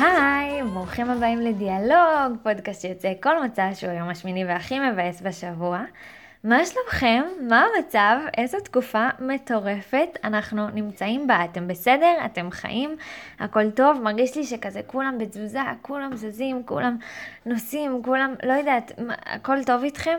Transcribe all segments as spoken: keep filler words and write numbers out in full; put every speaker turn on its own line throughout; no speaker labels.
היי, ברוכים הבאים לדיאלוג, פודקאסט שיוצא כל מצב שהוא היום השמיני והכי מבאס בשבוע. מה שלומכם? מה המצב? איזו תקופה מטורפת אנחנו נמצאים בה. אתם בסדר? אתם חיים? הכל טוב? מרגיש לי שכזה כולם בתזוזה, כולם זזים, כולם נוסעים, כולם, לא יודעת, הכל טוב איתכם?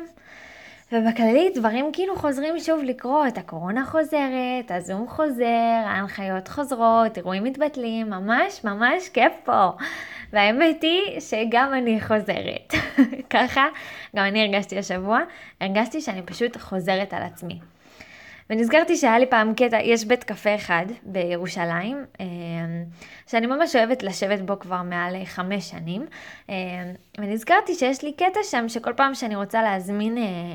ובכללי דברים כאילו חוזרים שוב לקרות, הקורונה חוזרת, הזום חוזר, ההנחיות חוזרות, אירועים מתבטלים, ממש ממש כיף פה. והאמת היא שגם אני חוזרת. ככה, גם אני הרגשתי השבוע, הרגשתי שאני פשוט חוזרת על עצמי. ונזכרתי שהיה לי פעם קטע, יש בית קפה אחד בירושלים, שאני ממש אוהבת לשבת בו כבר מעל חמש שנים, ונזכרתי שיש לי קטע שם שכל פעם שאני רוצה להזמין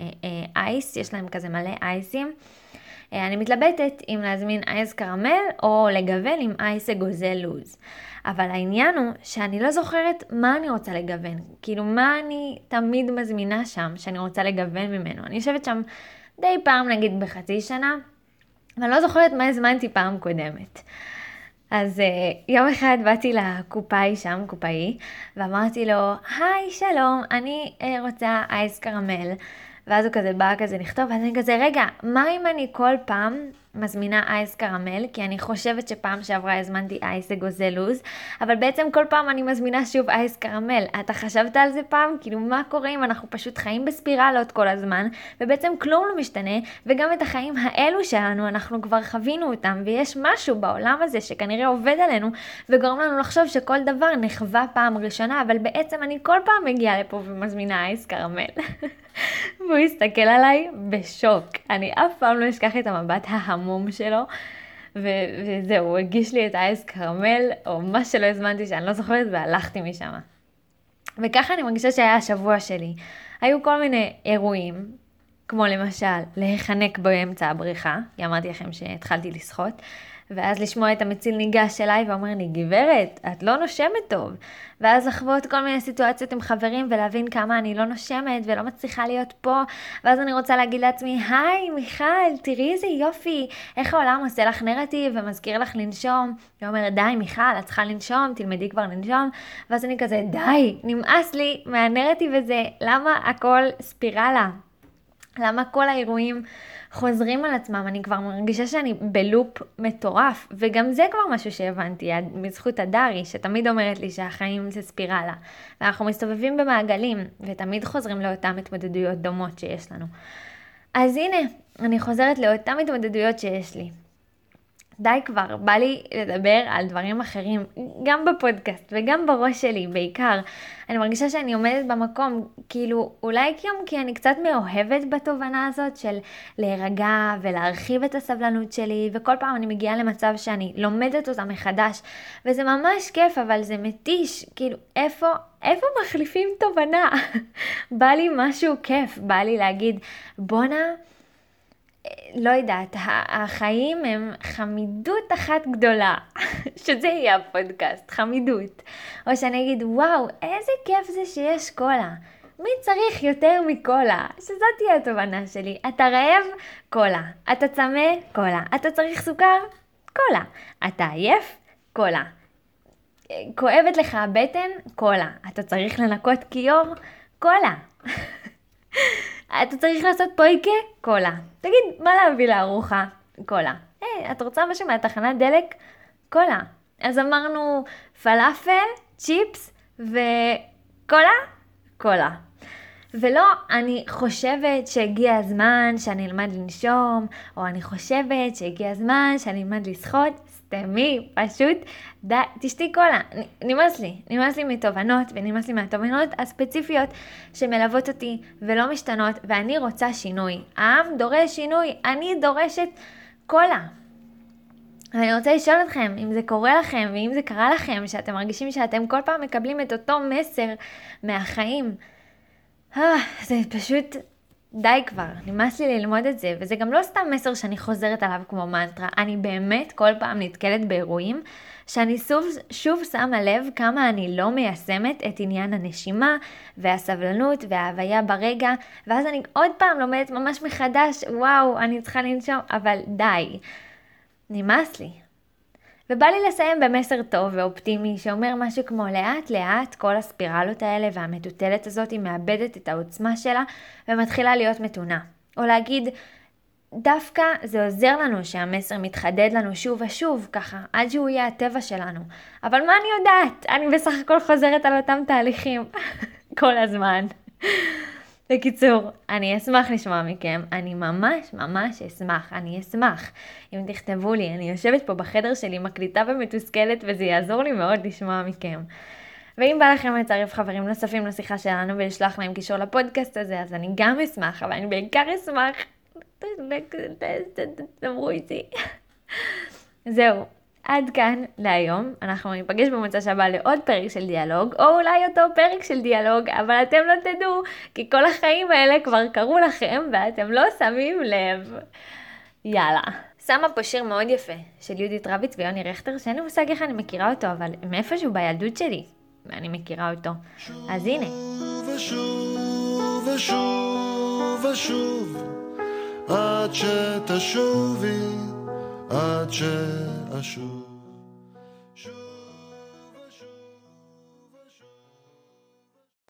אייס, יש להם כזה מלא אייסים, אני מתלבטת אם להזמין אייס קרמל או לגוון עם אייס אגוזי לוז. אבל העניין הוא שאני לא זוכרת מה אני רוצה לגוון, כאילו מה אני תמיד מזמינה שם שאני רוצה לגוון ממנו. אני יושבת שם די פעם נגיד בחצי שנה, ואני לא זוכרת מה הזמנתי פעם קודמת. אז uh, יום אחד באתי לקופאי שם, קופאי, ואמרתי לו, היי שלום, אני uh, רוצה אייס קרמל. ואז הוא כזה בא כזה לכתוב, ואז אני כזה, רגע, מה אם אני כל פעם מזמינה אייס קרמל? כי אני חושבת שפעם שעברה הזמנתי אייס אגוזי לוז, אבל בעצם כל פעם אני מזמינה שוב אייס קרמל. אתה חשבת על זה פעם? כאילו מה קורה אם אנחנו פשוט חיים בספירלות כל הזמן, ובעצם כלום לא משתנה, וגם את החיים האלו שלנו אנחנו כבר חווינו אותם, ויש משהו בעולם הזה שכנראה עובד עלינו, וגורם לנו לחשוב שכל דבר נחווה פעם ראשונה, אבל בעצם אני כל פעם מגיעה לפה ומזמינה אייס קרמל. והוא הסתכל עליי בשוק. אני אף פעם לא אשכח את המבט ההמום שלו, ו- וזהו, הוא הגיש לי את האייס קרמל, או מה שלא הזמנתי שאני לא זוכרת, והלכתי משם. וככה אני מרגישה שהיה השבוע שלי. היו כל מיני אירועים, כמו למשל, להיחנק באמצע הבריכה, כי אמרתי לכם שהתחלתי לשחות, ואז לשמוע את המציל ניגש אליי ואומר לי, גברת, את לא נושמת טוב. ואז לחוות כל מיני סיטואציות עם חברים ולהבין כמה אני לא נושמת ולא מצליחה להיות פה. ואז אני רוצה להגיד לעצמי, היי מיכל, תראי איזה יופי, איך העולם עושה לך נרטיב ומזכיר לך לנשום. היא אומרת, די מיכל, את צריכה לנשום, תלמדי כבר לנשום. ואז אני כזה, די, נמאס לי מהנרטיב הזה, למה הכל ספירלה? למה כל האירועים חוזרים על עצמם? אני כבר מרגישה שאני בלופ מטורף, וגם זה כבר משהו שהבנתי מזכות הדרי, שתמיד אומרת לי שהחיים זה ספירלה, ואנחנו מסתובבים במעגלים, ותמיד חוזרים לאותן התמודדויות דומות שיש לנו. אז הנה, אני חוזרת לאותן התמודדויות שיש לי. די כבר, בא לי לדבר על דברים אחרים, גם בפודקאסט וגם בראש שלי בעיקר. אני מרגישה שאני עומדת במקום, כאילו אולי גם כי אני קצת מאוהבת בתובנה הזאת של להירגע ולהרחיב את הסבלנות שלי, וכל פעם אני מגיעה למצב שאני לומדת אותה מחדש, וזה ממש כיף, אבל זה מתיש, כאילו איפה, איפה מחליפים תובנה? בא לי משהו כיף, בא לי להגיד בונה, לא יודעת, החיים הם חמידות אחת גדולה, שזה יהיה הפודקאסט, חמידות. או שאני אגיד, וואו, איזה כיף זה שיש קולה. מי צריך יותר מקולה? שזאת תהיה התובנה שלי. אתה רעב? קולה. אתה צמא? קולה. אתה צריך סוכר? קולה. אתה עייף? קולה. כואבת לך הבטן? קולה. אתה צריך לנקות כיור? קולה. אתה צריך לעשות פויקה? קולה. תגיד, מה להביא לארוחה? קולה. היי, את רוצה משהו מהתחנת דלק? קולה. אז אמרנו פלאפל, צ'יפס וקולה? קולה. ולא, אני חושבת שהגיע הזמן שאני אלמד לנשום, או אני חושבת שהגיע הזמן שאני אלמד לשחות, סתמי, פשוט, די, תשתי קולה. נמאס לי, נמאס לי מתובנות, ונמאס לי מהתובנות הספציפיות שמלוות אותי ולא משתנות, ואני רוצה שינוי. העם דורש שינוי, אני דורשת קולה. ואני רוצה לשאול אתכם, אם זה קורה לכם, ואם זה קרה לכם, שאתם מרגישים שאתם כל פעם מקבלים את אותו מסר מהחיים, אה, זה פשוט די כבר, נמאס לי ללמוד את זה, וזה גם לא סתם מסר שאני חוזרת עליו כמו מנטרה, אני באמת כל פעם נתקלת באירועים, שאני שוב, שוב שמה לב כמה אני לא מיישמת את עניין הנשימה, והסבלנות, וההוויה ברגע, ואז אני עוד פעם לומדת ממש מחדש, וואו, אני צריכה לנשום, אבל די, נמאס לי. ובא לי לסיים במסר טוב ואופטימי שאומר משהו כמו לאט לאט כל הספירלות האלה והמטוטלת הזאת היא מאבדת את העוצמה שלה ומתחילה להיות מתונה. או להגיד, דווקא זה עוזר לנו שהמסר מתחדד לנו שוב ושוב ככה עד שהוא יהיה הטבע שלנו. אבל מה אני יודעת? אני בסך הכל חוזרת על אותם תהליכים כל הזמן. בקיצור, אני אשמח לשמוע מכם, אני ממש ממש אשמח, אני אשמח. אם תכתבו לי, אני יושבת פה בחדר שלי מקליטה ומתוסכלת וזה יעזור לי מאוד לשמוע מכם. ואם בא לכם לצרף חברים נוספים לשיחה שלנו ולשלוח להם קישור לפודקאסט הזה, אז אני גם אשמח, אבל אני בעיקר אשמח. תדברו איתי. זהו. עד כאן להיום, אנחנו ניפגש במוצא הבא לעוד פרק של דיאלוג, או אולי אותו פרק של דיאלוג, אבל אתם לא תדעו, כי כל החיים האלה כבר קרו לכם, ואתם לא שמים לב. יאללה. שמה פה שיר מאוד יפה, של יהודית רביץ ויוני רכטר, שאין לי מושג איך אני מכירה אותו, אבל מאיפשהו בילדות שלי, ואני מכירה אותו. אז הנה.
ושוב ושוב ושוב, עד שתשובי, עד שאשוב.